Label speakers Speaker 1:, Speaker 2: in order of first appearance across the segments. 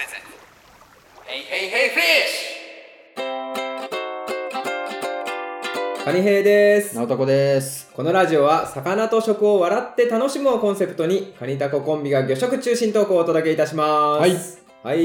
Speaker 1: present. Hey, hey, hey, fish!
Speaker 2: カニヘイです。
Speaker 3: 直太です。
Speaker 2: このラジオは魚と食を笑って楽しむをコンセプトにカニタココンビが魚食中心トークをお届けいたします。はい、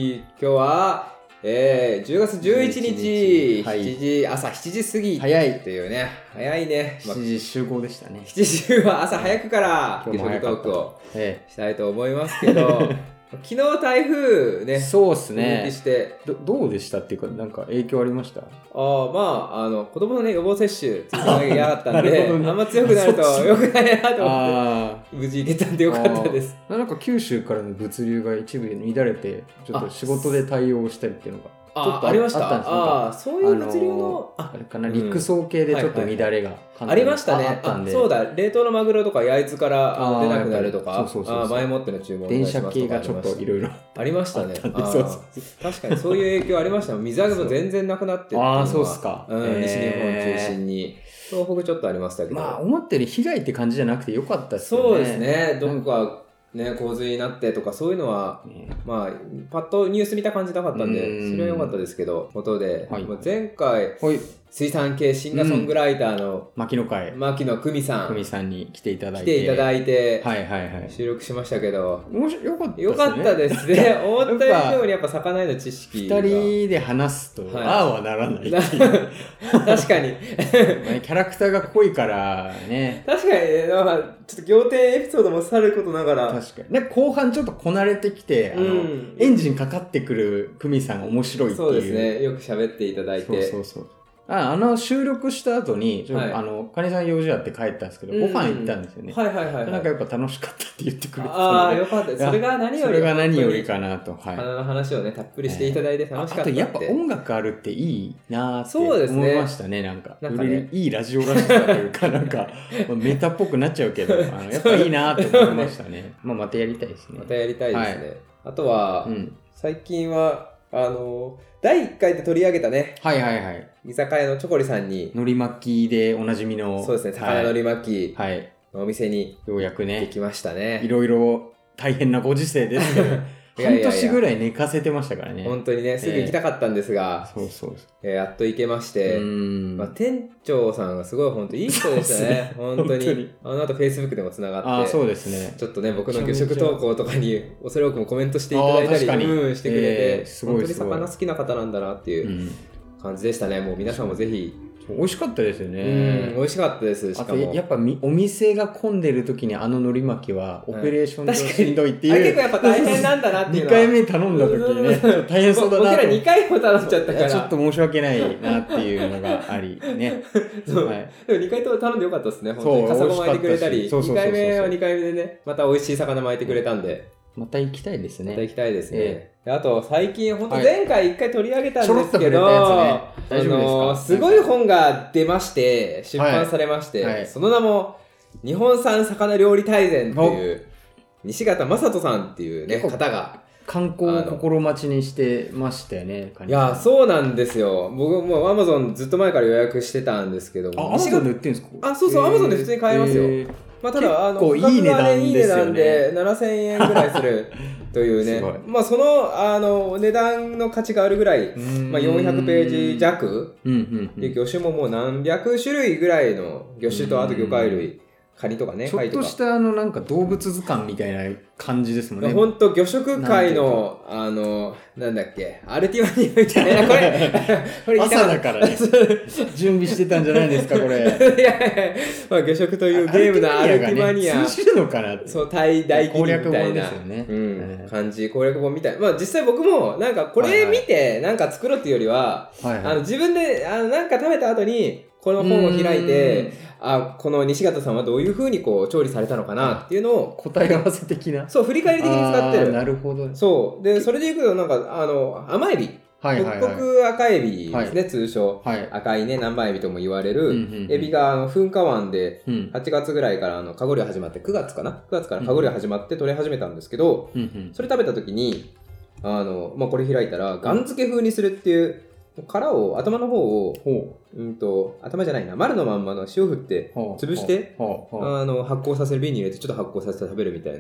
Speaker 2: 今日は、10月11日、
Speaker 3: はい、
Speaker 2: 7時朝7時過ぎ
Speaker 3: 早い
Speaker 2: っていうね、早いね。
Speaker 3: 7時集合でしたね。
Speaker 2: 7時は朝早くから魚食トークをしたいと思いますけど、昨日台風ね、
Speaker 3: そうですね。
Speaker 2: 復帰して
Speaker 3: どうでしたっていうか、なんか影響ありました？
Speaker 2: 子供のね予防接種ついてなきゃいけなかったんで、ね、あんま強くなると良くないなと思って無事行けたんでよかったです。
Speaker 3: なんか九州からの物流が一部乱れて、ちょっと仕事で対応したりっていうのがちょっと
Speaker 2: ありました。
Speaker 3: あったんです。
Speaker 2: そういう物流の
Speaker 3: あれかな、陸送系でちょっと乱れが
Speaker 2: ありましたね。
Speaker 3: あったんで、
Speaker 2: そうだ、冷凍のマグロとか焼津から出なくなるとか、前もっての注文
Speaker 3: 電車系がちょっといろいろ
Speaker 2: ありましたね。
Speaker 3: そう
Speaker 2: 確かにそういう影響ありました。水揚げも全然なくなってっていうのは、
Speaker 3: そうっすか。
Speaker 2: 西日本中心に。東北ちょっとありましたけど。
Speaker 3: まあ思ったより被害って感じじゃなくてよかったですよね。
Speaker 2: そうですね。どこかね、洪水になってとかそういうのは、まあパッとニュース見た感じなかったんでそれは良かったですけど、ことで、前回水産系シンガーソングライターの牧野久美さん
Speaker 3: に来ていただい
Speaker 2: て収録しましたけど、よかったですね。思った以上にやっぱ魚への知識が
Speaker 3: 2人で話すとああはならないっていう
Speaker 2: 確かに
Speaker 3: キャラクターが濃いからね。
Speaker 2: 確かにね、ちょっと仰天エピソードもさることながら、
Speaker 3: 確かにね、後半ちょっとこなれてきて、エンジンかかってくる久美さんが面白いっていう。
Speaker 2: そうですね、よく喋っていただいて、
Speaker 3: そう収録した後にカニさん用事あって帰ったんですけど、ご飯行ったんですよね。なんかやっぱ楽しかったって言ってくれて、
Speaker 2: ああよかった。それが何より
Speaker 3: かなと。
Speaker 2: 花の話をねたっぷりしていただいて楽しかったって。
Speaker 3: あとやっぱ音楽あるっていいなって思いましたね。なんかね、いいラジオらしさというか、なんかメタっぽくなっちゃうけど、やっぱいいなって思いましたね。またやりたいですね。
Speaker 2: あとは最近は第1回で取り上げたね、居酒屋のチョコリさんに
Speaker 3: 海苔巻きでおなじみの、
Speaker 2: そうですね、魚海苔巻きのお店に
Speaker 3: ようやくね
Speaker 2: できましたね。
Speaker 3: いろいろ大変なご時世ですけど半年ぐらい寝かせてましたからね。
Speaker 2: 本当にね、すぐ行きたかったんですが、やっと行けまして、店長さんがすごい本当いい人でしたね。本当に。あの後 Facebook でもつながって、
Speaker 3: そうですね、
Speaker 2: ちょっとね、僕の魚食投稿とかに恐れ多くもコメントしていただいたりしてくれて、本当に魚好きな方なんだなっていう感じでしたね。もう皆さんもぜひ。
Speaker 3: 美味しかったですよね。
Speaker 2: 美味しかったです。しかも
Speaker 3: やっぱお店が混んでる時に海苔巻きはオペレーション上しんどいっていう、
Speaker 2: 結構やっぱ大変なんだなっていうのは
Speaker 3: 2回目頼んだ時にね大変そうだなと。
Speaker 2: 僕ら2回も頼んじゃったから
Speaker 3: ちょっと申し訳ないなっていうのがありね
Speaker 2: でも2回と頼んでよかったですね。本当にカサゴ巻いてくれたり、2回目は2回目でねまた美味しい魚巻いてくれたんで、
Speaker 3: また行きたいですね。
Speaker 2: あと最近本当前回1回取り上げたんですけど、すごい本が出まして出版されまして、その名も日本産魚料理大全っていう西方正人さんっていうね方が
Speaker 3: 観光を心待ちにしてましたよね。
Speaker 2: いやそうなんですよ。僕もAmazonずっと前から予約してたんですけど、
Speaker 3: Amazon で売ってるんですか？
Speaker 2: そう Amazon で普通に買えますよ。ただ
Speaker 3: 結構いい値段ですよね。
Speaker 2: で7000円ぐらいするというねその値段の価値があるぐらい、400ページ弱で、魚種ももう何百種類ぐらいの魚種と、あと魚介類、カニとかね、
Speaker 3: ちょっとしたなんか動物図鑑みたいな感じですもんね。
Speaker 2: ほんと魚食界のなんだっけ、アルティマニアみたいなこれ
Speaker 3: 朝だからね準備してたんじゃないですかこれ。
Speaker 2: いや魚食というゲームのアルティマニア
Speaker 3: 通じるのかなって。
Speaker 2: そう大義みたいな感じ、攻略本みたいな。実際僕もなんかこれ見てなんか作ろうっていうよりは、自分でなんか食べた後にこの本を開いて、この西方さんはどういう風にこう調理されたのかなっていうのを
Speaker 3: 答え合わせ的な、
Speaker 2: そう振り返り的に使ってる。
Speaker 3: なるほど。
Speaker 2: そうで、それでいくとなんか甘エビ、北国赤エビですね、通称赤いね南蛮エビとも言われるエビが噴火湾で8月ぐらいからカゴ漁始まって、9月からカゴ漁始まって取れ始めたんですけど、それ食べた時にこれ開いたらガン漬け風にするっていう、殻を頭の方を頭じゃないな、丸のまんまの塩振って潰して発酵させる、瓶に入れてちょっと発酵させて食べるみたいな。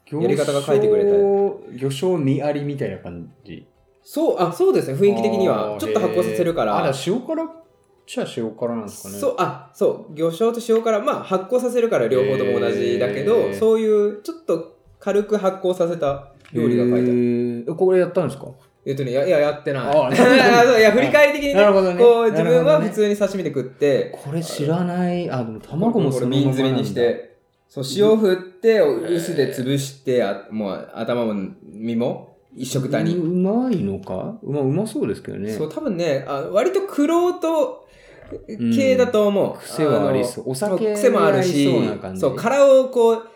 Speaker 2: やり方が書いてくれた。
Speaker 3: 魚醤味ありみたいな感じ。
Speaker 2: そうですね。雰囲気的にはちょっと発酵させるから。
Speaker 3: 塩辛っちゃ塩辛なんですかね。
Speaker 2: そう魚醤と塩辛、まあ発酵させるから両方とも同じだけど、そういうちょっと軽く発酵させた料理が書いてある。
Speaker 3: これやったんですか？
Speaker 2: やってない。いや、振り返り的にね、こう、自分は普通に刺身で食って、
Speaker 3: これ知らない。でも卵もそのまま
Speaker 2: 瓶詰めにして、そう、塩振って、臼で潰して、もう頭も身も一緒くたに。
Speaker 3: うまいのか？うまそうですけどね。
Speaker 2: そう、多分ね、割と玄人系だと思う。
Speaker 3: 癖はありそう。お酒
Speaker 2: 癖もあるし、そう、殻をこう、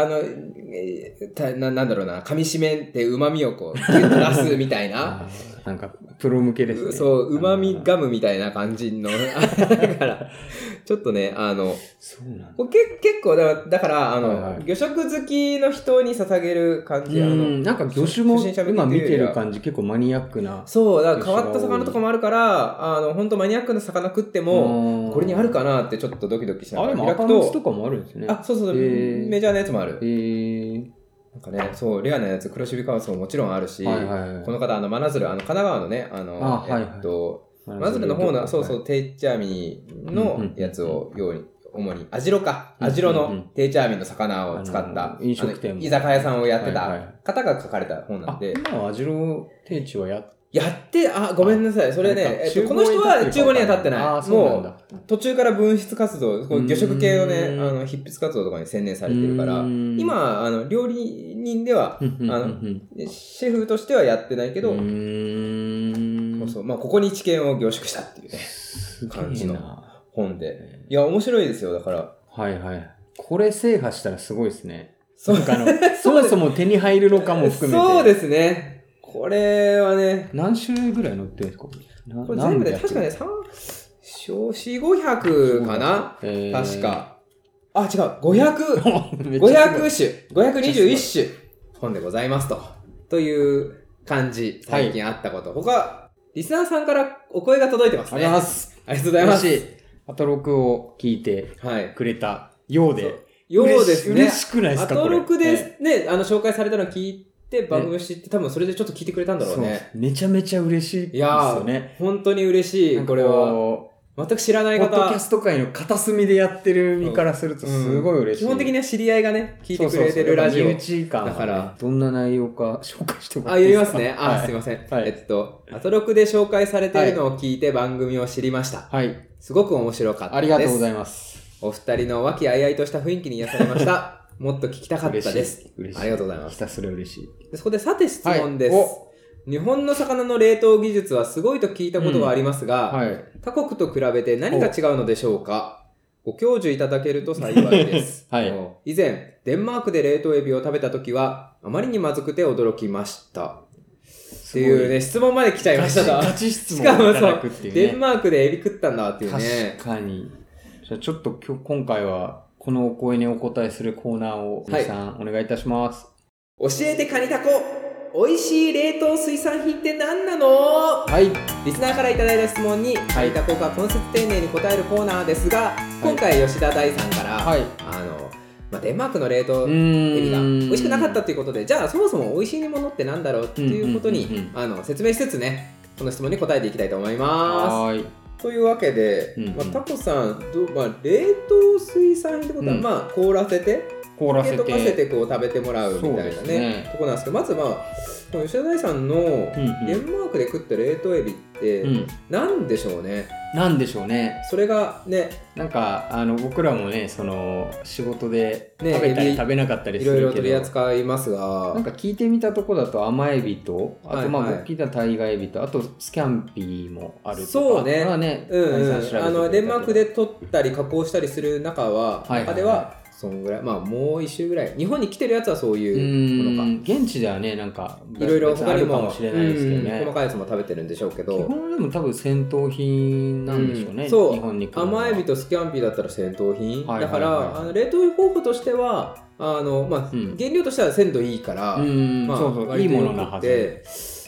Speaker 2: なんだろうな、噛み締めって旨味をこう、ギュッと出すみたいな。
Speaker 3: なんか、プロ向けですね。
Speaker 2: そう、旨味ガムみたいな感じの。だから、ちょっとね、
Speaker 3: そうなんだ。
Speaker 2: 結構、だから、魚食好きの人に捧げる感じ。
Speaker 3: なんか魚種も今見てる感じ、結構マニアックな。
Speaker 2: そう、だから変わった魚とかもあるから、本当マニアックな魚食っても、これにあるかなってちょっとドキドキしながら
Speaker 3: 開くと。赤松とかもあるんですね。
Speaker 2: そう、メジャーなやつもある。なんかね、そう、レアなやつ、黒シビカワスももちろんあるし、この方、真鶴、神奈川のね、真鶴の方の、定置網のやつを主に、網代の定置網の魚を使った、
Speaker 3: 飲食店
Speaker 2: 居酒屋さんをやってた方が書かれた本なんで。
Speaker 3: 今は網代定置は
Speaker 2: ごめんなさい。それね、この人は厨房には立ってない。もう、途中から分泌活動、魚食系のね、筆筆活動とかに専念されてるから、今、料理人では、シェフとしてはやってないけど、まあ、ここに知見を凝縮したっていうね、感じの本で。いや、面白いですよ、だから。
Speaker 3: これ制覇したらすごいですね。そもそも手に入るのかも含めて。
Speaker 2: そうですね。これはね。
Speaker 3: 何種類ぐらい載ってるんですか？
Speaker 2: これ全部で確かね、4、500かな？確か。違う。521種本でございますという感じ。最近あったこと。他、リスナーさんからお声が届いてますね。
Speaker 3: ありがとうございます。
Speaker 2: ありがとうございます。
Speaker 3: アトロクを聞いてくれたようで。
Speaker 2: ですね。
Speaker 3: 嬉しくないですか？
Speaker 2: アトロクでね、紹介されたのを聞いて、番組を知って多分それでちょっと聞いてくれたんだろうね。
Speaker 3: めちゃめちゃ嬉しいですよね。
Speaker 2: 本当に嬉しい。これは。全く知らない方。
Speaker 3: ポッドキャスト界の片隅でやってる身からするとすごい嬉しい。
Speaker 2: 基本的には知り合いがね、聞いてくれてるラジオ。
Speaker 3: 身内感。だから、どんな内容か紹介してもらって
Speaker 2: いいですか？読みますね。すいません。アトロクで紹介されているのを聞いて番組を知りました。すごく面白かったです。
Speaker 3: ありがとうございます。
Speaker 2: お二人の和気あいあいとした雰囲気に癒されました。もっと聞きたかったです。ありがとうございます。
Speaker 3: ひたすら嬉しい。
Speaker 2: そこでさて質問です。日本の魚の冷凍技術はすごいと聞いたことがありますが、他国と比べて何が違うのでしょうか？ご教授いただけると幸いです。以前、デンマークで冷凍エビを食べたときは、あまりにまずくて驚きました。っていうね、質問まで来ちゃいましたと。
Speaker 3: ガチ質問いただくっていうね。
Speaker 2: デンマークでエビ食ったんだっていうね。
Speaker 3: 確かに。じゃあちょっと今回は、このお声にお答えするコーナーを、皆さんお願いいたします。
Speaker 2: 教えてカニタコ、美味しい冷凍水産品って何なの？リスナーからいただいた質問に、カニタコが根節丁寧に答えるコーナーですが、今回吉田大さんから、デンマークの冷凍エビが美味しくなかったということで、じゃあそもそも美味しいものって何だろうっていうことに説明しつつね、この質問に答えていきたいと思います。というわけで、タコさん、冷凍水産品ってことは、凍らせて溶かせてこう食べてもらうみたいなね、とこなんですけど、まず吉田大さんのデンマークで食った冷凍エビって何でしょうね。
Speaker 3: なんでしょうね。
Speaker 2: それがね、
Speaker 3: なんか僕らもね、その仕事で食べたり食べなかったりするけど、
Speaker 2: いろいろ取り扱いますが、
Speaker 3: なんか聞いてみたとこだと甘エビと、あと僕聞いたタイガーエビと、あとスキャンピーもあるとか。
Speaker 2: そうね。デンマークで取ったり加工したりする中ではそんぐらい、もう一周ぐらい。日本に来てるやつはそういうものか。
Speaker 3: 現地ではね、なんか
Speaker 2: いろいろ他にも
Speaker 3: かもしれないですけどね。
Speaker 2: 細かいやつも食べてるんでしょうけど、
Speaker 3: 基本でも多分戦闘品なんでしょうね。
Speaker 2: そう。
Speaker 3: 日本に来る
Speaker 2: 甘エビとスキャンピーだったら戦闘品。だから冷凍方法としては原料としては鮮度いいから、
Speaker 3: いいものなはず。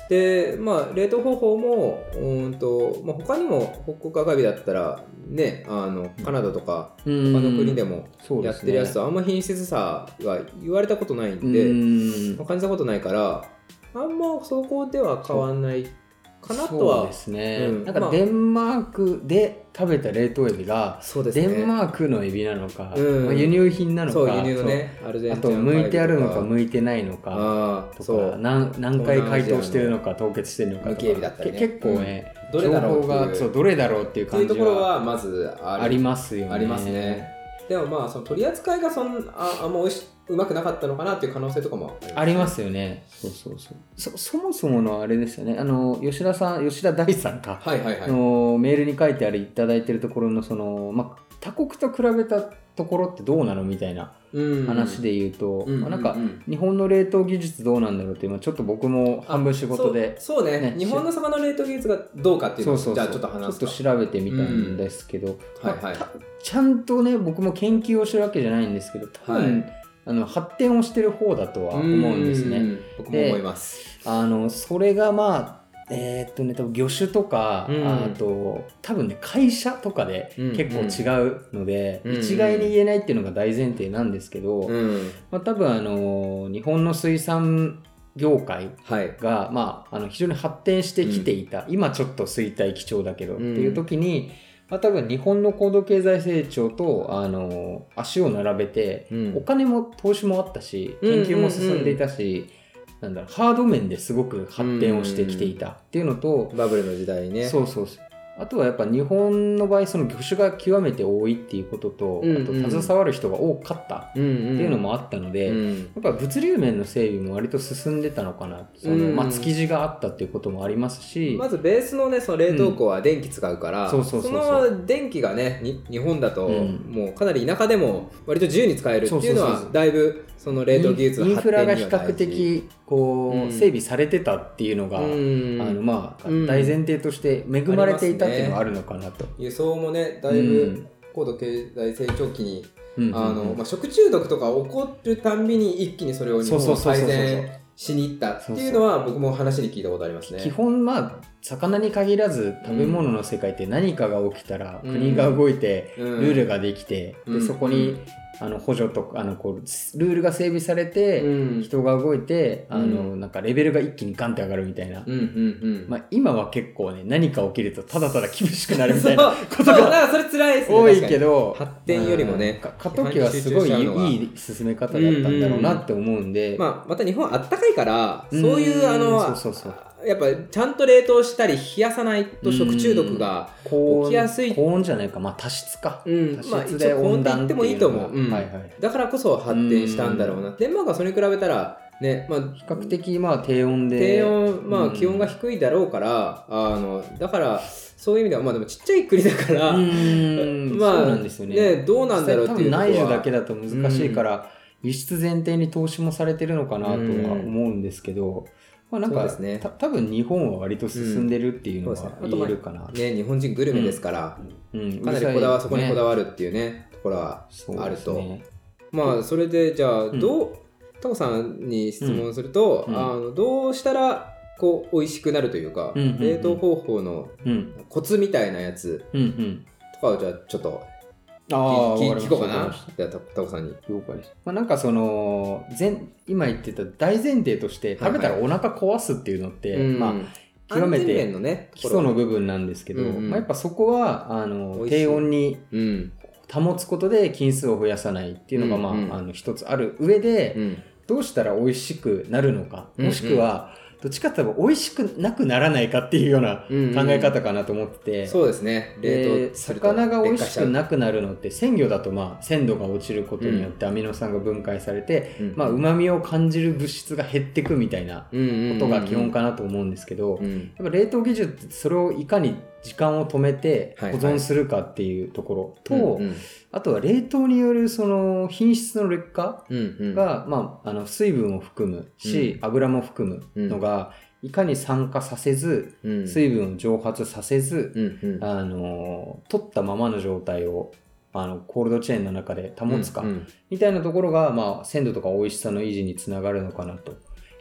Speaker 2: で、まあ、冷凍方法も、まあ、他にも北国赤エビだったら、ね、カナダとか他の国でもやってるやつとあんま品質差が言われたことないんで、感じたことないから、あんまそこでは変わんないかなとは。
Speaker 3: そうですね。なんかデンマークで食べた冷凍エビが、デンマークのエビなのか、輸入品なのか、
Speaker 2: そう輸入のね、
Speaker 3: アルゼンチン、あと向いてあるのか向いてないのかとか、何回解凍してるのか凍結してるのかとか、結構ね、情報がどれだろうっていう感じは、
Speaker 2: そういうところはまず
Speaker 3: ありますよね。
Speaker 2: ありますね。でもまあその取り扱いがあんまうまくなかったのかなっていう可能性とかも
Speaker 3: ありますよね。そもそものあれですよね。吉田大さんか、メールに書いていただいてるところのまあ、他国と比べたところってどうなのみたいな話で言うと、なんか日本の冷凍技術どうなんだろうって今ちょっと僕も半分仕事で
Speaker 2: そうね、日本の魚の冷凍技術がどうかっていうのをじゃあちょっと話す
Speaker 3: ちょっと調べてみたんですけど、ちゃんとね僕も研究をしてるわけじゃないんですけど、多分、発展をしてる方だとは思うんですね。
Speaker 2: 僕も思います。
Speaker 3: それがまあ多分魚種とか、あと多分ね会社とかで結構違うので、一概に言えないっていうのが大前提なんですけど、まあ、多分日本の水産業界が、まあ、非常に発展してきていた、今ちょっと衰退基調だけど、っていう時に、まあ、多分日本の高度経済成長と足を並べて、お金も投資もあったし研究も進んでいたし、なんだろう、ハード面ですごく発展をしてきていたっていうのと、
Speaker 2: バブルの時代ね。
Speaker 3: あとはやっぱ日本の場合その魚種が極めて多いっていうことと、あと携わる人が多かったっていうのもあったので、やっぱ物流面の整備も割と進んでたのかな。まあ、築地があったっていうこともありますし、
Speaker 2: まずベースのねその冷凍庫は電気使うから、その電気がね日本だともうかなり田舎でも割と自由に使えるっていうのはだいぶその冷凍技術の発展には大事。
Speaker 3: インフラが比較的こう整備されてたっていうのが、まあ大前提として恵まれていたっていうのがあるのかなと。
Speaker 2: 輸送もねだいぶ高度経済成長期にまあ、食中毒とか起こるたんびに一気にそれを日本は改善しに行ったっていうのは僕も話に聞いたことありますね。
Speaker 3: 基本まあ魚に限らず食べ物の世界って何かが起きたら国が動いてルールができて、でそこに補助とかこうルールが整備されて、人が動いてなんかレベルが一気にガンって上がるみたいな、まあ、今は結構ね何か起きるとただただ厳しくなるみたいなことが
Speaker 2: それ辛いですね。
Speaker 3: 多いけど
Speaker 2: 発展よりもね
Speaker 3: 過渡期はすごいいい進め方だったんだろうなって思うんで、
Speaker 2: まあ、また日本はあったかいからそういうやっぱちゃんと冷凍したり冷やさないと食中毒が起きやすい。
Speaker 3: 高温じゃないか、まあ多湿か、
Speaker 2: 多湿で温暖ってもいいと思う。だからこそ発展したんだろうな。デンマークはそれに比べたらね、まあ、比
Speaker 3: 較的まあ低温で
Speaker 2: まあ気温が低いだろうからだからそういう意味ではまあでもちっちゃい国だからまあ
Speaker 3: そうなんですよね。
Speaker 2: どうなんだろうっていうところは
Speaker 3: 内需だけだと難しいから輸出前提に投資もされてるのかなとは思うんですけど。まあ、なんか多分日本は割と進んでるっていうのは言えるかな、
Speaker 2: ね、日本人グルメですから、かなりそこにこだわるっていうねところはあると、まあそれでじゃあタコさんに質問すると、どうしたらこう美味しくなるというか、冷凍方法のコツみたいなやつとかをじゃあちょっと聞こうかな。じゃあタコさんに。
Speaker 3: 了解です。まあ、なんか今言ってた大前提として食べたらお腹壊すっていうのって、まあ極めて基礎の部分なんですけど、まあ、やっぱそこは低温に保つことで菌数を増やさないっていうのがまあ一つある上で、どうしたら美味しくなるのか、もしくはどっちかっていうと美味しくなくならないかっていうような考え方かなと思ってて、
Speaker 2: そうですね。
Speaker 3: 魚が美味しくなくなるのって鮮魚だとまあ鮮度が落ちることによってアミノ酸が分解されて、まあ旨味を感じる物質が減ってくみたいなことが基本かなと思うんですけど、やっぱ冷凍技術ってそれをいかに時間を止めて保存するかっていうところと、あとは冷凍によるその品質の劣化が、まあ、水分を含むし、油も含むのがいかに酸化させず、水分を蒸発させず、取ったままの状態をコールドチェーンの中で保つか、みたいなところが、まあ、鮮度とか美味しさの維持につながるのかなと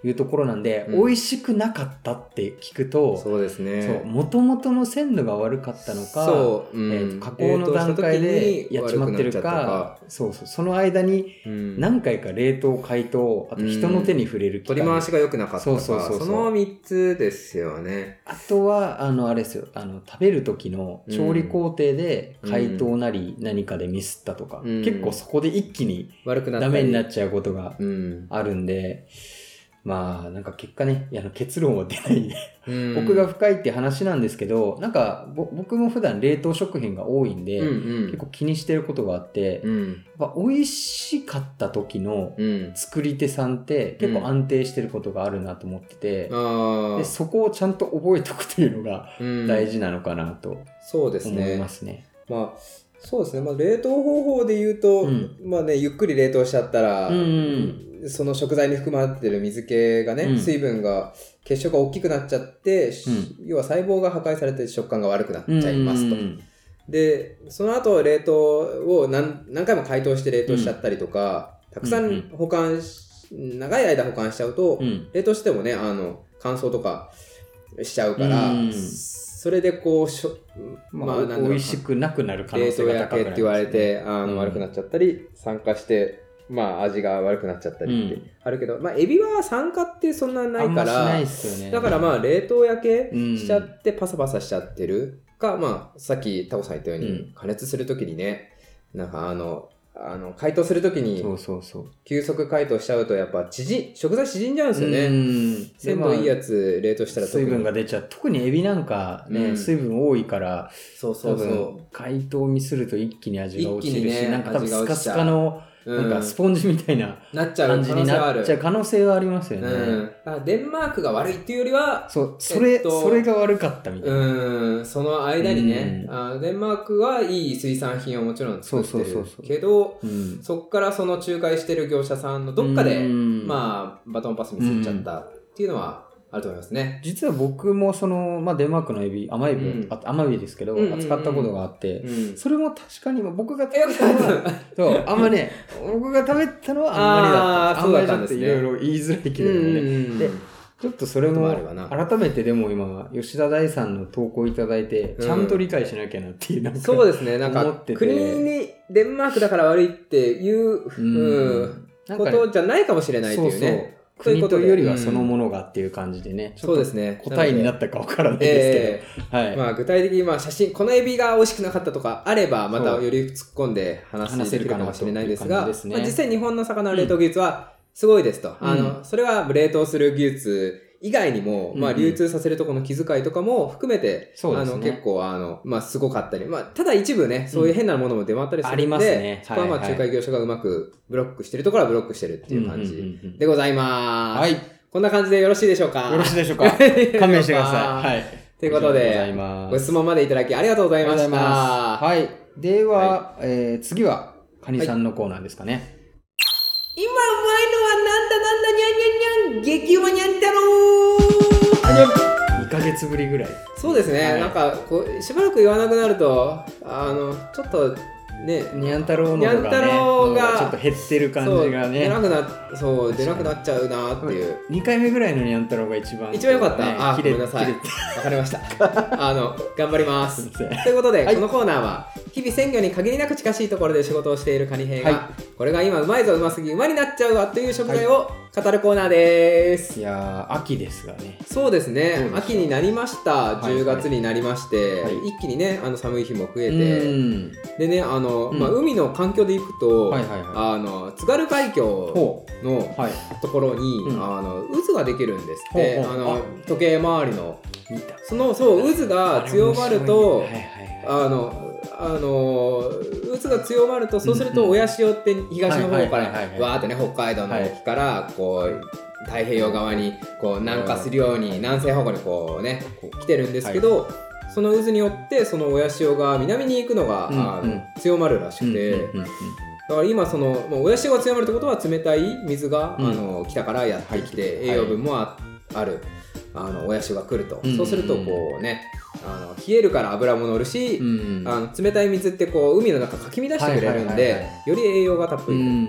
Speaker 3: いうところなんで、美味しくなかったって聞くと、
Speaker 2: そうですね。
Speaker 3: もともとの鮮度が悪かったのか、加工の段階でやっちまってるか、その間に何回か冷凍、解凍、あと人の手に触れる機会、
Speaker 2: 取り回しが良くなかったか、その3つですよね。
Speaker 3: あとはあれですよ、食べる時の調理工程で解凍なり何かでミスったとか、結構そこで一気にダメになっちゃうことがあるんで、まあなんか結果ね、結論は出ないで僕が深いって話なんですけど、なんか僕も普段冷凍食品が多いんで、結構気にしてることがあって、やっぱ美味しかった時の作り手さんって結構安定してることがあるなと思ってて、でそこをちゃんと覚えておくというのが大事なのかなと思いますね。
Speaker 2: まあそうですね。まあ、冷凍方法で言うと、まあね、ゆっくり冷凍しちゃったら、その食材に含まれてる水気がね、水分が、結晶が大きくなっちゃって、要は細胞が破壊されて食感が悪くなっちゃいますと。で、その後冷凍を何回も解凍して冷凍しちゃったりとか、たくさん長い間保管しちゃうと、冷凍してもね、乾燥とかしちゃうから、それでこう
Speaker 3: まあ、美味しくなくなる可能性が高くなりますね。
Speaker 2: 冷凍焼けって言われて悪くなっちゃったり、酸化してまあ味が悪くなっちゃったりってあるけど、まあエビは酸化ってそんなないから、だからまあ冷凍焼けしちゃってパサパサしちゃってるか、まあさっきタコさん言ったように加熱するときにね、なんか解凍するときに急速解凍しちゃうとやっぱ食材縮んじゃうんですよね。鮮度いいやつ冷凍したら
Speaker 3: 水分が出ちゃう。特にエビなんかね、水分多いから多分解凍にすると一気に味が落ちるし、なんか多分スカスカのなんかスポンジみたいな感じになっちゃう可能性はありますよね。
Speaker 2: デンマークが悪いっていうよりは、
Speaker 3: それが悪かったみたいな。
Speaker 2: その間にね、デンマークはいい水産品をもちろん作ってるけど、そっからその仲介してる業者さんのどっかで、まあバトンパスミスっちゃったっていうのはあると思いますね。
Speaker 3: 実は僕もまあ、デンマークのエビ、甘エビですけど、扱ったことがあって、それも確かに僕が食べたのは、僕が食べたのはあんまりだった。
Speaker 2: そうだったんですね。
Speaker 3: いろいろ言いづらいけれどもね。で、ちょっとそれも、改めてでも今、吉田大さんの投稿いただいて、ちゃんと理解しなきゃなっていう、
Speaker 2: そうですね、なんか、国にデンマークだから悪いっていうことじゃないかもしれないっていうね。
Speaker 3: 国というよりはそのものがっていう感じでね。
Speaker 2: そうですね。
Speaker 3: 答えになったかわからないですけど。はい。
Speaker 2: まあ具体的に写真、このエビが美味しくなかったとかあれば、またより突っ込んで話せるかもしれないですが、実際日本の魚の冷凍技術はすごいですと。それは冷凍する技術以外にも、まあ流通させるところの気遣いとかも含めて、結構まあすごかったり、まあただ一部ね、そういう変なものも出回ったりするので、そこはまあ仲介業者がうまくブロックしてるところはブロックしてるっていう感じでございます。はい。こんな感じでよろしいでしょうか？
Speaker 3: よろしいでしょうか？勘弁してください。はい。
Speaker 2: ということで、ご質問までいただきありがとうございました。
Speaker 3: はい。では、次は、カニさんのコーナーですかね。
Speaker 1: 今うまいのはなんだにゃんにゃんにゃん激うまにゃん太郎
Speaker 3: 2ヶ月ぶりぐらい。
Speaker 2: そうですね、なんかしばらく言わなくなるとちょっとね
Speaker 3: にゃん太郎の方がちょっと減ってる感じがね
Speaker 2: 出なくなっちゃうなっていう。
Speaker 3: 2回目ぐらいのにゃん太郎が一番
Speaker 2: 良かった。ごめんなさい、わかりました頑張りますということで、このコーナーは日々鮮魚に限りなく近しいところで仕事をしているカニ兵が、これが今うまいぞうますぎうまになっちゃうわという食材を語るコーナーです。
Speaker 3: いやー、秋ですがね。
Speaker 2: そうですね、秋になりました。10月になりまして、一気にね寒い日も増えて、でねまあ、海の環境でいくと、津軽海峡のところに、渦ができるんですって。時計回りの渦が強まると渦が強まると、そうすると親潮って東の方からわーってね、北海道の沖からこう太平洋側にこう南下するように南西方向にこうね来てるんですけど、その渦によってその親潮が南に行くのが強まるらしくて、だから今親潮が強まるってことは冷たい水が北からやってきて栄養分もある親潮が来ると、そうするとこうね冷えるから油も乗るし、冷たい水ってこう海の中かき乱してくれるんで、より栄養がたっぷりっていう。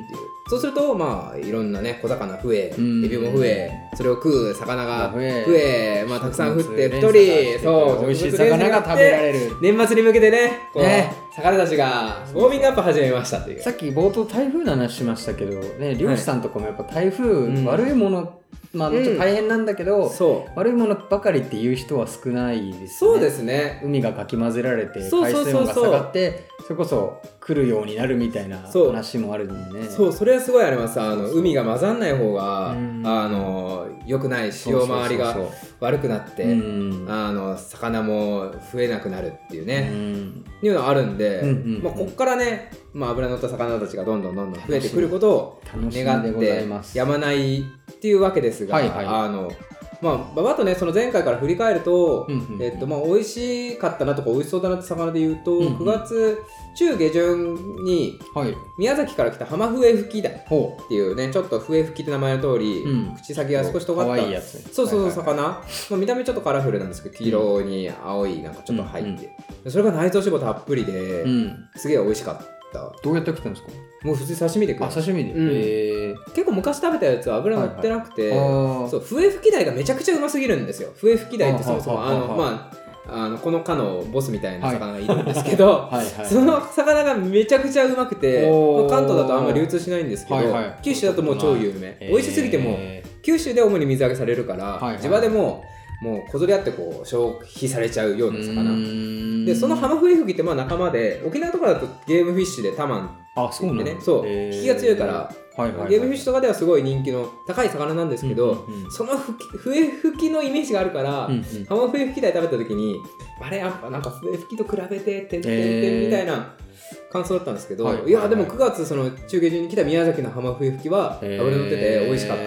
Speaker 2: そうするとまあいろんなね小魚増え、エビも増え、それを食う魚が増え、まあたくさん降って太り、そう
Speaker 3: 美味しい魚が食べられる。
Speaker 2: 年末に向けてね、こう魚たちがウォーミングアップ始めましたっていう。
Speaker 3: さっき冒頭台風の話しましたけどね、漁師さんとかもやっぱ台風悪いもの、まあちょっと大変なんだけど、悪いものばかりっていう人は少ないですね。
Speaker 2: そうですね。
Speaker 3: 海がかき混ぜられて海水温が下がってそれこそ来るようになるみたいな話もあるんでね。
Speaker 2: そう、それはすごいあります。海が混ざんない方が良くない、潮回りが悪くなって魚も増えなくなるっていうね、いうのがあるんで、まあこっからね、まあ脂のった魚たちがどんどん増えてくることを願ってやまないっていうわけですが、まあババッとねその前回から振り返ると、まあ美味しかったなとか美味しそうだなって魚で言うと、9月中下旬に宮崎から来た浜笛吹き鯛っていうね、ちょっと笛吹きって名前の通り、口先が少し尖った、そう魚、まあ見た目ちょっとカラフルなんですけど、黄色に青いなんかちょっと入って、それが内臓脂肪たっぷりで、すげえ美味しかった。
Speaker 3: どうやって食ったんですか？
Speaker 2: もう普通に刺身で食う。
Speaker 3: 刺身で、
Speaker 2: 結構昔食べたやつは油乗ってなくて、そう笛吹き鯛がめちゃくちゃうますぎるんですよ。笛吹き鯛ってそもそもまあこの科のボスみたいな魚がいるんですけど、その魚がめちゃくちゃうまくて、関東だとあんまり流通しないんですけど、九州だともう超有名。美味しすぎても九州で主に水揚げされるから、地場でもうこぞり合ってこう消費されちゃうような魚で、その浜笛吹きってまあ仲間で、沖縄とかだとゲームフィッシュでタマンってね、そう引きが強いからゲームフィッシュとかではすごい人気の高い魚なんですけど、その笛吹きのイメージがあるから、浜笛吹き鯛食べた時にあれやっぱなんか笛吹きと比べててんてんてんみたいな感想だったんですけど、いやでも9月その中下旬に来た宮崎の浜笛吹きは脂乗ってて美味しかった。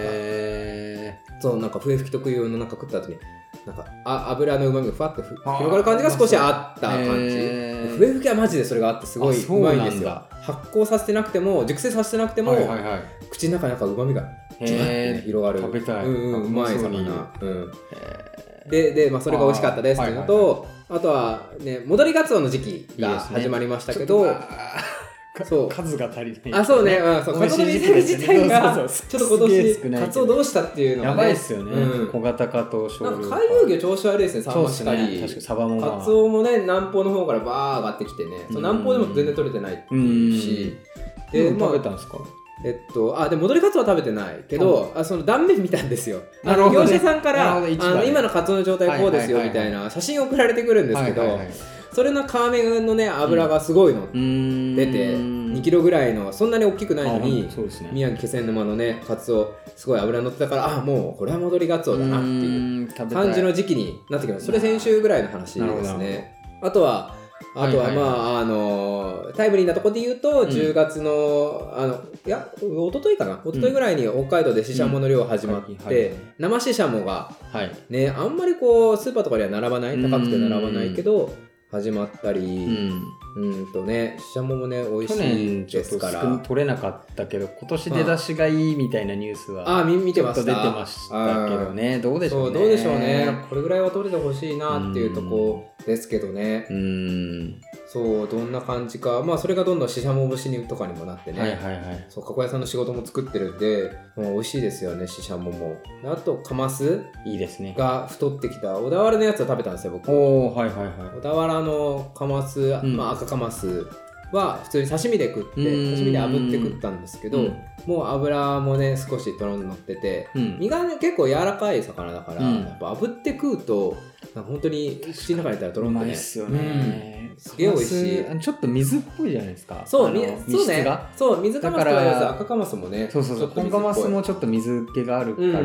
Speaker 2: そうなんか笛吹き特有のなんか食った後になんか油のうまみがふわっと広がる感じが少しあった感じ。笛吹きはマジでそれがあってすごいうまいんですよ。発酵させてなくても熟成させてなくても、口の中になんかうまみがジュワッて広がる。
Speaker 3: 食べたい。
Speaker 2: うまい魚。でまあそれが美味しかったですっていうのと、あとはね戻りガツオの時期が始まりましたけど。
Speaker 3: そう数が足りない。
Speaker 2: そうね、カツオの水揚げ自体がちょっと今年カツオどうしたっていうのがね、
Speaker 3: やばいっすよね。小型化と少量化。
Speaker 2: なんか海遊魚調子悪いですね。サンマしかり、確かにサバもカツオもね南方の方からバー上がってきてね、南方でも全然取れてないっていうし、
Speaker 3: で食べたんですか？
Speaker 2: で戻りカツオは食べてないけど、その断面見たんですよ。業者さんから今のカツオの状態こうですよみたいな写真送られてくるんですけど、それの皮目のね脂がすごいの出て2キロぐらいの、そんなに大きくないのに、宮城気仙沼のねカツオすごい脂乗ってたから、もうこれは戻りガツオだなっていう感じの時期になってきます。それ先週ぐらいの話ですね。あとはまあタイムリーなところで言うと、10月のいや一昨日かな、一昨日ぐらいに北海道でシシャモの漁始まって、生シシャモがねあんまりこうスーパーとかでは並ばない、高くて並ばないけど始まったり、ね、シシャモもね美味しいですから。去年ちょっと
Speaker 3: 取れなかったけど今年出だしがいいみたいなニュースは
Speaker 2: 見てました。
Speaker 3: ちょっと出てましたけどね、どうでしょうね。
Speaker 2: どうでしょうね。これぐらいは取れてほしいなっていうとこですけどね。そうどんな感じか、まあそれがどんどんシシャモ節にとかにもなってね、そう加工屋さんの仕事も作ってるんで、もう美味しいですよねシシャモも。あとカマス
Speaker 3: いいですね
Speaker 2: が太ってきた小田原のやつを食べたんですよ僕。小田原のカマス、赤カマスは普通に刺身で食って刺身で炙って食ったんですけど、もう油もね少しとろんと乗ってて、身がね結構柔らかい魚だから、やっぱ炙って食うと本当に口の中にいたらとろんとね、うまいっすよね。すげえ美味しい。
Speaker 3: ちょっと水っぽいじゃないですか。
Speaker 2: そうね。そう水カマスとか赤カマスもね。
Speaker 3: 本カマスもちょっと水気があるから、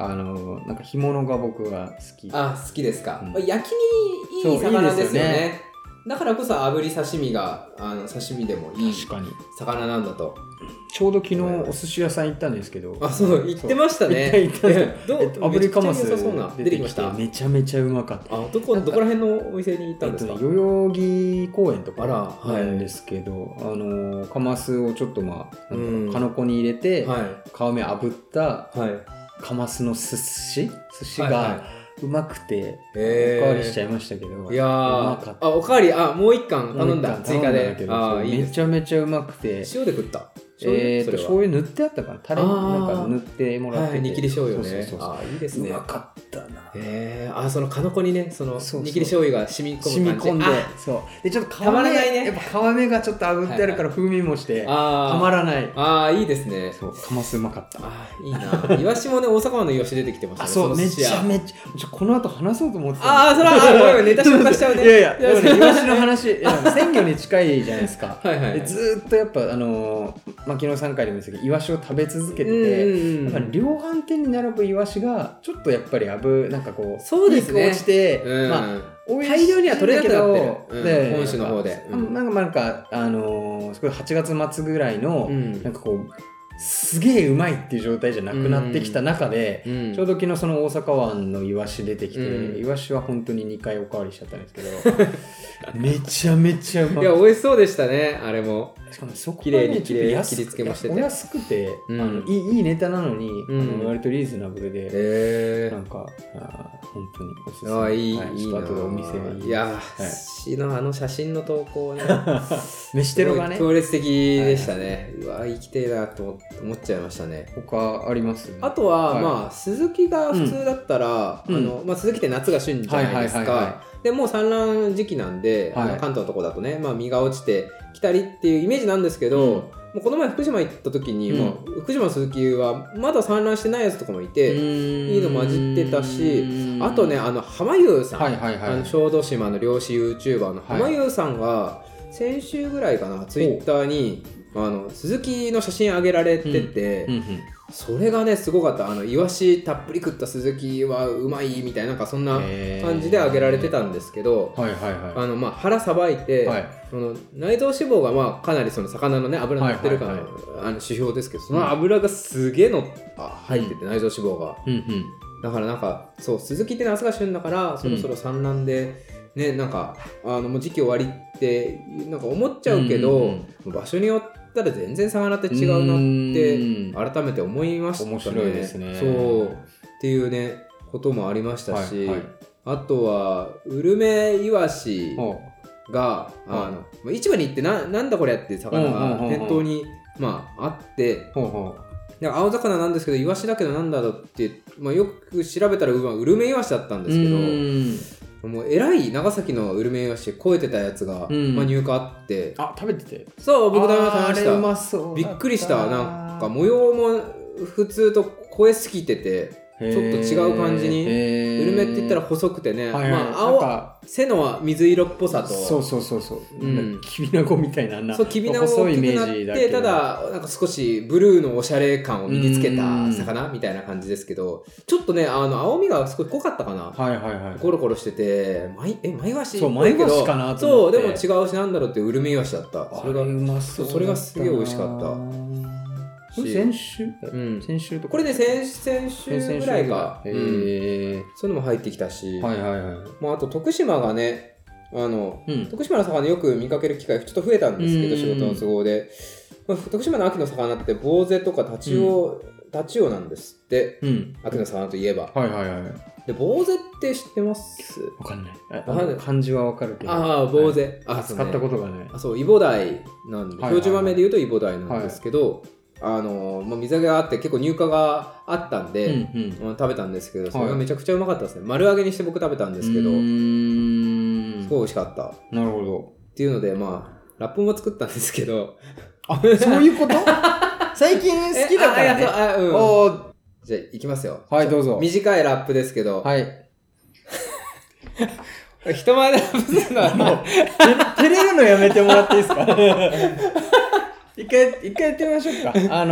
Speaker 3: なんか干物が僕は好き。
Speaker 2: 好きですか。焼きにいい魚ですよね。だからこそ炙り刺身が刺身でもいい魚なんだと。
Speaker 3: ちょうど昨日お寿司屋さん行ったんですけど、
Speaker 2: そう行ってましたね。
Speaker 3: 炙りカマス
Speaker 2: 出てきました。
Speaker 3: めちゃめちゃうまかった。
Speaker 2: どこら辺のお店に行ったんですか？
Speaker 3: 代々木公園とかなんですけど、カマスをちょっとカノコに入れて皮目炙ったカマスの寿司がうまくておかわりしちゃいましたけど、
Speaker 2: いやーおかわりもう一貫頼んだ追加で。
Speaker 3: めちゃめちゃうまくて、
Speaker 2: 塩で食った。
Speaker 3: 醤油塗ってあったかな、タレなんか塗ってもらってて、
Speaker 2: 煮切り醤油ね。いいですね。うまかったな。そのかのこにね、その煮切り醤油が染み込んで、
Speaker 3: そうでちょっとたまらないね。やっぱ皮目がちょっと炙ってあるから風味もしてたまらない。
Speaker 2: いいですね。
Speaker 3: そう、かますうまかった。
Speaker 2: いいな。イワシもね、大阪湾のイワシ出てきてましたね。
Speaker 3: そう、めちゃめちゃこの後話そうと思って
Speaker 2: た。それはネタ紹介しちゃうね。
Speaker 3: いやイワシの話、鮮魚に近いじゃないですか。ずっとやっぱ牧野さん会でも言ってたけど、イワシを食べ続けてて、やっぱり量販店に並ぶイワシがちょっとやっぱりなんかこう、
Speaker 2: そうですね、
Speaker 3: 落ちて、
Speaker 2: 大量には取れなくなってる、本州の方で。
Speaker 3: なんか8月末ぐらいのなんかこうすげえうまいっていう状態じゃなくなってきた中で、ちょうど昨日その大阪湾のイワシ出てきて、イワシは本当に2回おかわりしちゃったんですけどめちゃめちゃうまい。
Speaker 2: いや美味しそうでしたね、あれも。
Speaker 3: しかもそこ
Speaker 2: がね、切り付けもしてて、
Speaker 3: お安くて、いいネタなのに、割とリーズナブルで、なんか本当におすすめ。
Speaker 2: いい
Speaker 3: な。後でお店がいい。
Speaker 2: いや、写真の投稿ね、
Speaker 3: 飯テロがね、
Speaker 2: 強烈的でしたね。うわ、生きてえなと思っちゃいましたね。
Speaker 3: 他あります？
Speaker 2: あとはスズキが普通だったら、スズキって夏が旬じゃないですか。でもう産卵時期なんで、関東のとこだとね、実が落ちてきたりっていうイメージなんですけど、もうこの前福島行った時に、福島のスズキはまだ産卵してないやつとかもいて、いいの混じってたし、あとね、浜優さん、小豆島の漁師 YouTuber の浜優さんが先週ぐらいかな、ツイッターにスズキの写真上げられてて、それがねすごかった。イワシたっぷり食ったスズキはうまいみたいな、なんかそんな感じで上げられてたんですけど、腹さばいて、その内臓脂肪がかなりその魚のね脂乗ってるかの指標ですけど、その脂がすげえの入ってて、内臓脂肪が、だからなんかそう、スズキって夏が旬だからそろそろ産卵でね、なんかもう時期終わりってなんか思っちゃうけど、場所によってたら全然魚って違うなって改めて思いましたね。
Speaker 3: 面白いですね。
Speaker 2: そうっていうねこともありましたし、あとはウルメイワシが市場に行ってなんだこれっていう魚が店頭にあって、青魚なんですけどイワシだけどなんだろうって、よく調べたらウルメイワシだったんですけど、もうえらい長崎のウルメイワシ超えてたやつが、入荷あって、
Speaker 3: 食べてて、
Speaker 2: そう、僕食べました。
Speaker 3: あれうまそう。
Speaker 2: びっくりした。なんか模様も普通と超えすぎてて、ちょっと違う感じに、ウルメって言ったら細くてね、背の水色っぽさと、
Speaker 3: きびなごみたいな、
Speaker 2: そうきびなご大きくなって、ただなんか少しブルーのおしゃれ感を身につけた魚みたいな感じですけど、ちょっとね青みがすごい濃かったかな。コロコロしてて、マイワシ
Speaker 3: かなと思って、
Speaker 2: そうでも違うし、なんだろうってウルメイワシだった。それがすげえ美味しかった。
Speaker 3: 先週とか、
Speaker 2: これね先週ぐらいか、そういうのも入ってきたし、あと徳島がね、徳島の魚よく見かける機会ちょっと増えたんですけど、仕事の都合で、徳島の秋の魚ってボウゼとかタチウオなんですって、秋の魚といえば。でボウゼって知ってます？
Speaker 3: わかんない。漢字はわかるけど。
Speaker 2: ボウゼ。
Speaker 3: 使ったことがない。
Speaker 2: そう、イボダイなんで、標準和名で言うとイボダイなんですけど、水揚げがあって結構入荷があったんで、食べたんですけど、それがめちゃくちゃうまかったですね。丸揚げにして僕食べたんですけど、すごい美味しかった。
Speaker 3: なるほど。
Speaker 2: っていうので、ラップも作ったんですけど。
Speaker 3: そういうこと最近好きだからね。
Speaker 2: じゃあ行きますよ。
Speaker 3: はい、どうぞ。
Speaker 2: 短いラップですけど。人前でラップするのは
Speaker 3: 照れるのやめてもらっていいですか？一回やってみましょうか。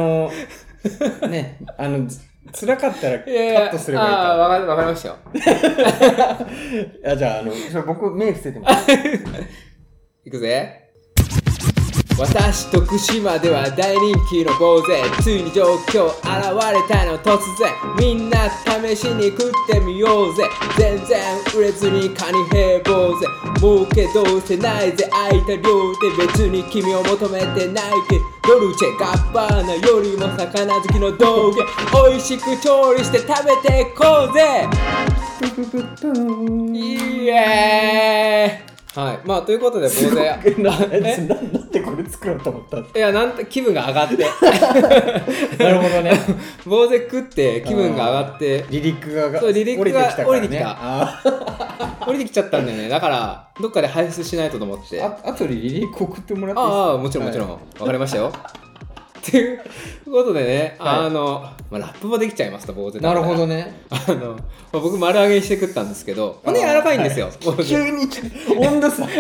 Speaker 3: 辛かったらカットすればいいから。
Speaker 2: わかりましたよ。
Speaker 3: じゃあ、僕、目伏せてます。
Speaker 2: いくぜ。私、徳島では大人気の坊主。ついに状況現れたの突然。みんな試しに食ってみようぜ。全然売れずにカニ平凡ぜ。儲けどうせないぜ。空いた量で別に君を求めてないけど、ドルチェガッバーナよりも魚好きの道具。美味しく調理して食べていこうぜ。イエーイ。 はい。まあ、ということで、坊主
Speaker 3: なんでこれ作ろうと思ったんですか？
Speaker 2: いや、気分が上がって。
Speaker 3: なるほどね。
Speaker 2: 坊主食って気分が上がって。
Speaker 3: 離陸が
Speaker 2: 降りてきた。降りてきちゃったんだよね。だから、どっかで排出しないとと思って。
Speaker 3: あとで離陸送ってもらっていいですか？
Speaker 2: ああ、もちろんもちろん。わかりましたよ。っていうことでね、ラップもできちゃいますと、坊主だから。
Speaker 3: なるほどね。
Speaker 2: 僕丸揚げして食ったんですけど、骨柔らかいんですよ。
Speaker 3: 急に温度差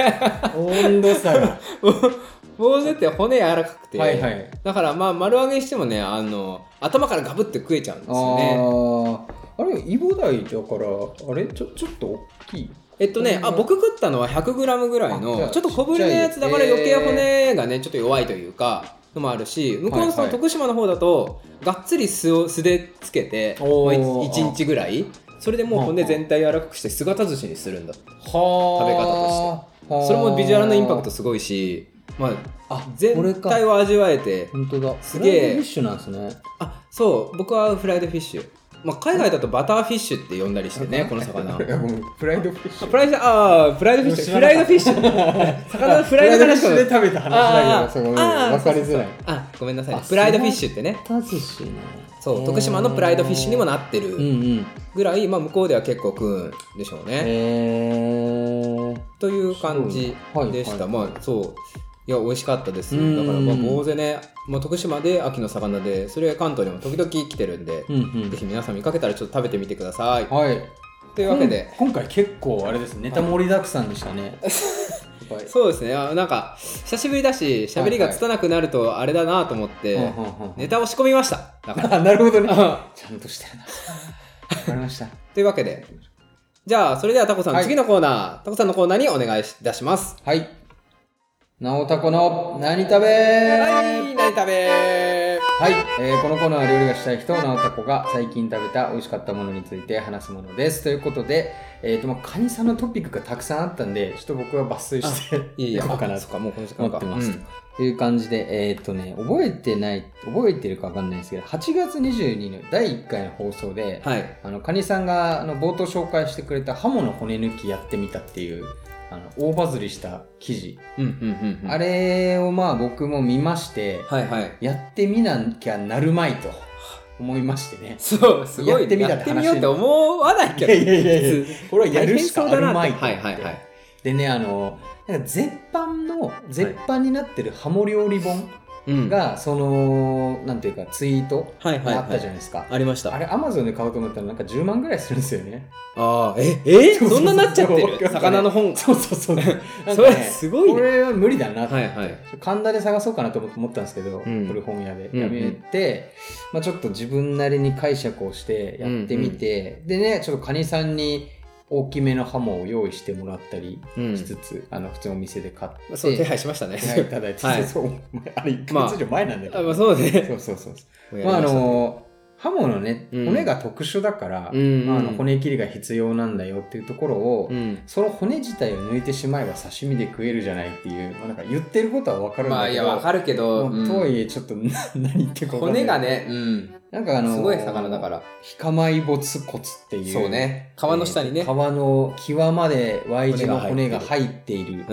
Speaker 3: が
Speaker 2: 坊主って骨柔らかくて、だからまあ丸揚げしてもね、頭からガブって食えちゃうんですよね。
Speaker 3: あれイボダイだからあれちょっと大きい。
Speaker 2: 僕食ったのは 100g ぐらいのちょっと小ぶりのやつだから余計骨がねちょっと弱いというかのもあるし、向こうのその徳島の方だとがっつり素でつけて1日ぐらい、それでもう骨全体柔らかくして姿寿司にするんだって、食べ方として。それもビジュアルのインパクトすごいし、全体を味わえて、
Speaker 3: 本当だ、
Speaker 2: すげえ。
Speaker 3: フライドフィッシュなんですね。
Speaker 2: そう、僕はフライドフィッシュ。海外だとバターフィッシュって呼んだりしてね、この魚。
Speaker 3: フライドフィッシュ。
Speaker 2: フライドフィッシュ。フライドフィッシュ。魚のフライドフィッシュ
Speaker 3: で食べた話だけど、分かりづらい。
Speaker 2: ごめんなさい。フライドフィッシュってね。そう、徳島のプライドフィッシュにもなってるぐらい、向こうでは結構食うんでしょうね。という感じでした。そう。いや、美味しかったです。だから坊主ね、徳島で秋の魚で、それ関東にも時々来てるんで、ぜひ皆さん見かけたらちょっと食べてみてください。
Speaker 3: はい。
Speaker 2: というわけで、
Speaker 3: 今回結構あれですね、ネタ盛りだくさんでしたね。
Speaker 2: そうですね。なんか久しぶりだし、喋りが拙くなるとあれだなと思ってネタを仕込みました。
Speaker 3: なるほどね。ちゃんとしてるな。わかりました。
Speaker 2: というわけで、じゃあそれではタコさん、次のコーナー、タコさんのコーナーにお願いいたします。
Speaker 3: はい。なおたこの何食べ
Speaker 2: はい、何食べ
Speaker 3: はい、このコーナーは料理がしたい人、なおたこが最近食べた美味しかったものについて話すものです。ということで、カニさんのトピックがたくさんあったんで、ちょっと僕は抜粋していこうかなと思ってます。という感じで、覚えてるか分かんないですけど、8月22日の第1回の放送で、カニさんが冒頭紹介してくれたハモの骨抜きやってみたっていう、大バズりした記事、あれを僕も見まして、やってみなきゃなるまいと思いましてね。
Speaker 2: そう、すごい、
Speaker 3: やってみたって話。
Speaker 2: やってみようって思わないけど、
Speaker 3: いやこれはやるしかあるまいと。
Speaker 2: はい。
Speaker 3: でね、なんか絶版になってるハモ料理本が、なんていうかツイートがあったじゃないですか。
Speaker 2: ありました。
Speaker 3: あれ Amazon で買おうと思ったらなんか10万ぐらいするんですよね。
Speaker 2: そんななっちゃってる魚の本。
Speaker 3: そう。
Speaker 2: それすごいね。
Speaker 3: これは無理だなって。神田で探そうかなと思ったんですけど、古本屋でやめて、ちょっと自分なりに解釈をしてやってみて、でね、ちょっとカニさんに大きめのハモを用意してもらったりしつつ、普通のお店で買って、
Speaker 2: そう手配しましたね。
Speaker 3: 手配いただいて、あれ1ヶ月以上前なんだよ。
Speaker 2: そうね。
Speaker 3: そう。ハモのね、骨が特殊だから、骨切りが必要なんだよっていうところを、その骨自体を抜いてしまえば刺身で食えるじゃないっていう、なんか言ってることは分かるんだけど、
Speaker 2: 分かるけど、
Speaker 3: とはいえちょっと何言ってるか分かんない。
Speaker 2: 骨がね、
Speaker 3: なんか
Speaker 2: すごい魚だから。
Speaker 3: ヒカマイボツ骨っていう。
Speaker 2: そうね。皮の下にね。
Speaker 3: 皮の際まで Y 字の骨が入っているから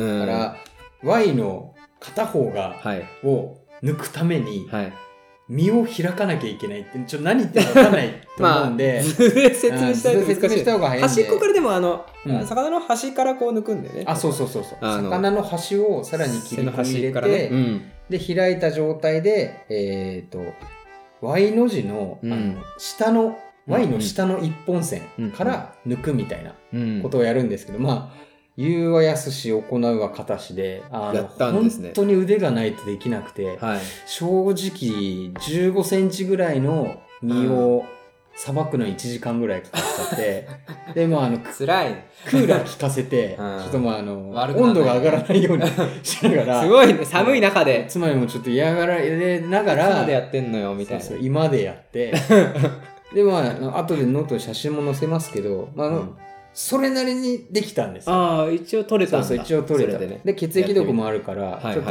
Speaker 3: 、Y の片方を抜くために、身を開かなきゃいけないって、何言ってるか分かんないと思うんで。
Speaker 2: 説明した
Speaker 3: 方が早いんで。
Speaker 2: 端っこからでも魚の端からこう抜くんだよね。
Speaker 3: そう。魚の端をさらに切り込み入れて、で、開いた状態で、Y の字の、下の、Y の下の一本線から抜くみたいなことをやるんですけど、言うはやすし行うは片しで、本当に腕がないとできなくて、正直15センチぐらいの身をさばくの1時間ぐらいかかっちゃって、で、
Speaker 2: 辛い。
Speaker 3: クーラー効かせて、ちょっと温度が上がらないようにしながら、
Speaker 2: すごいね、寒い中で。
Speaker 3: 妻にもちょっと嫌がられながら、
Speaker 2: 今でやってんのよ、みたいな。
Speaker 3: そう、今でやって、で、後でノートに写真も載せますけど、それなりにできたんですよ。
Speaker 2: 一応取れたんだ。
Speaker 3: そう、一応取れた。で、血液力もあるから、ちょっと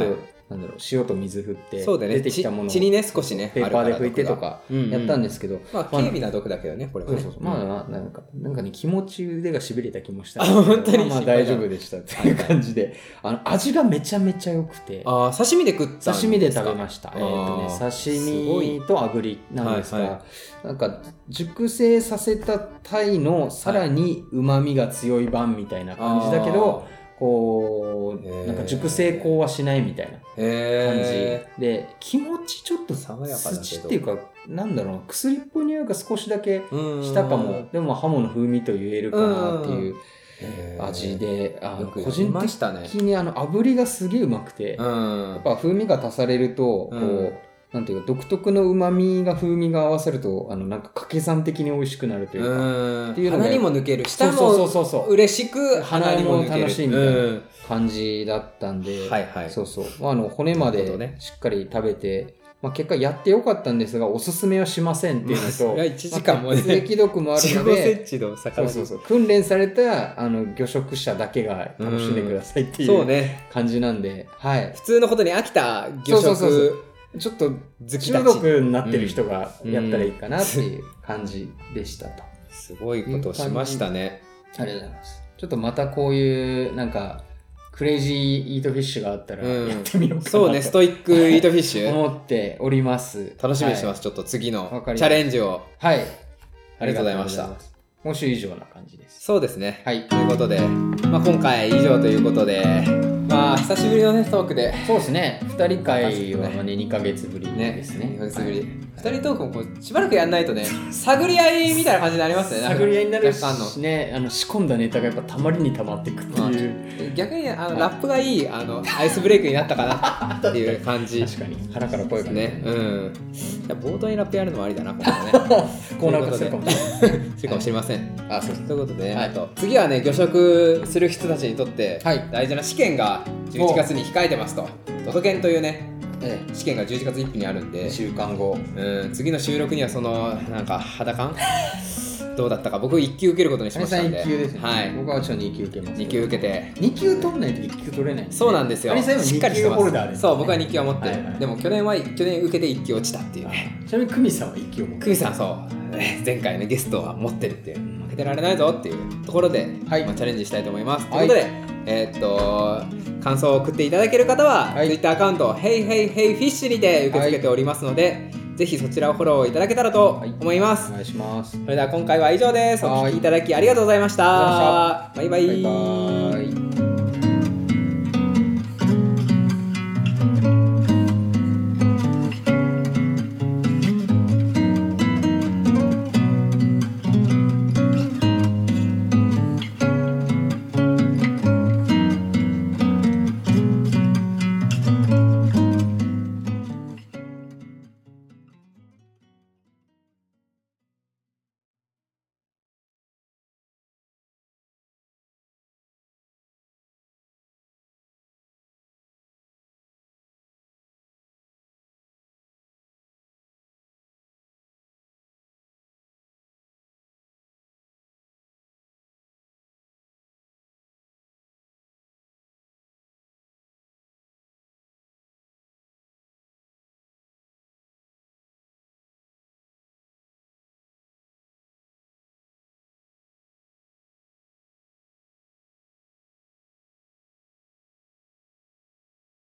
Speaker 3: なんだろう、塩と水振って
Speaker 2: 出
Speaker 3: てきたものを
Speaker 2: 血にね少しね
Speaker 3: ペーパーで拭いてとかやったんですけど、
Speaker 2: まあ軽微な毒だけどねこれはね。
Speaker 3: まあなんかね気持ち腕がしびれた気もした
Speaker 2: んですけど、
Speaker 3: まあ大丈夫でしたっていう感じで、味がめちゃめちゃ良くて、
Speaker 2: 刺身で食ったんですか？
Speaker 3: 刺身で食べました。刺身と炙りなんですが、なんか熟成させた鯛のさらに旨味が強い版みたいな感じだけど、こうなんか熟成香はしないみたいな感じで、気持ちちょっと土っていうかなんだろう、薬っぽい匂いが少しだけしたかも。でもハモの風味と言えるかなっていう味で、個人的に炙りがすげえうまくて、やっぱ風味が足されるとこうなんていうか独特の旨味が風味が合わさるとなんか掛け算的に美味しくなるというか、っていうのが
Speaker 2: 鼻にも抜ける、舌も嬉しく鼻にも抜ける、
Speaker 3: 楽しいみたいな感じだったんで、そうそう、骨までしっかり食べて、結果やってよかったんですがおすすめはしませんっていうのと、
Speaker 2: 1時間もね
Speaker 3: 血液毒もあるので
Speaker 2: そう
Speaker 3: 訓練された魚食者だけが楽しんでくださいっていう感じなんで、
Speaker 2: 普通のことに飽きた魚食
Speaker 3: ちょっと中毒になってる人がやったらいいかなっていう感じでしたと。
Speaker 2: すごいことしましたね。
Speaker 3: ありがとうございます。ちょっとまたこういうなんかクレイジーイートフィッシュがあったらやってみようかなと、
Speaker 2: そうね、ストイックイートフィッシュ
Speaker 3: 思っております。
Speaker 2: 楽しみにしてます。ちょっと次のチャレンジを。
Speaker 3: はい。
Speaker 2: ありがとうございました。
Speaker 3: 今週以上な感じです。
Speaker 2: そうですね。はい。ということで、今回以上ということで、久しぶりのねトークで。
Speaker 3: そうですね。2人会は2ヶ月ぶりですね。
Speaker 2: 2ヶ月ぶり。2人トークもこうしばらくやんないとね、探り合いみたいな感じになりますね。
Speaker 3: 探り合いになるしね、仕込んだネタがやっぱたまりにたまってくっていう。
Speaker 2: 逆にラップがいいアイスブレイクになったかなっていう感じ。
Speaker 3: 確かに。腹から声が
Speaker 2: ね。冒頭にラップやるのもありだな、今度ね。
Speaker 3: コーナー化するかもしれない。
Speaker 2: するかもしれません。
Speaker 3: そう
Speaker 2: ということで、次はね、魚食する人たちにとって大事な試験が11月に控えてますと。都都研というね、試験が11月1日にあるんで、
Speaker 3: 2週間後、
Speaker 2: 次の収録にはそのなんか肌感どうだったか、僕1級受けることにしましたんで。
Speaker 3: 1級ですね。僕は2級受けます。
Speaker 2: 2級受けて、
Speaker 3: 2級取んないと1級取れない。
Speaker 2: そうなんですよ。
Speaker 3: しっかりしてます。
Speaker 2: そう、僕は2級は持ってる。でも去年受けて1級落ちたっていうね。
Speaker 3: ちなみに久美さんは1級を持ってる。
Speaker 2: 久美さん、そう前回ねゲストは持ってるっていう、負けてられないぞっていうところで、チャレンジしたいと思います。ということで、感想を送っていただける方は、Twitter アカウント HeyHeyHeyFish にて受け付けておりますので、ぜひそちらをフォローいただけたらと思います。
Speaker 3: お願いします。
Speaker 2: それでは今回は以上です。お聞きいただきありがとうございました。バイバイ。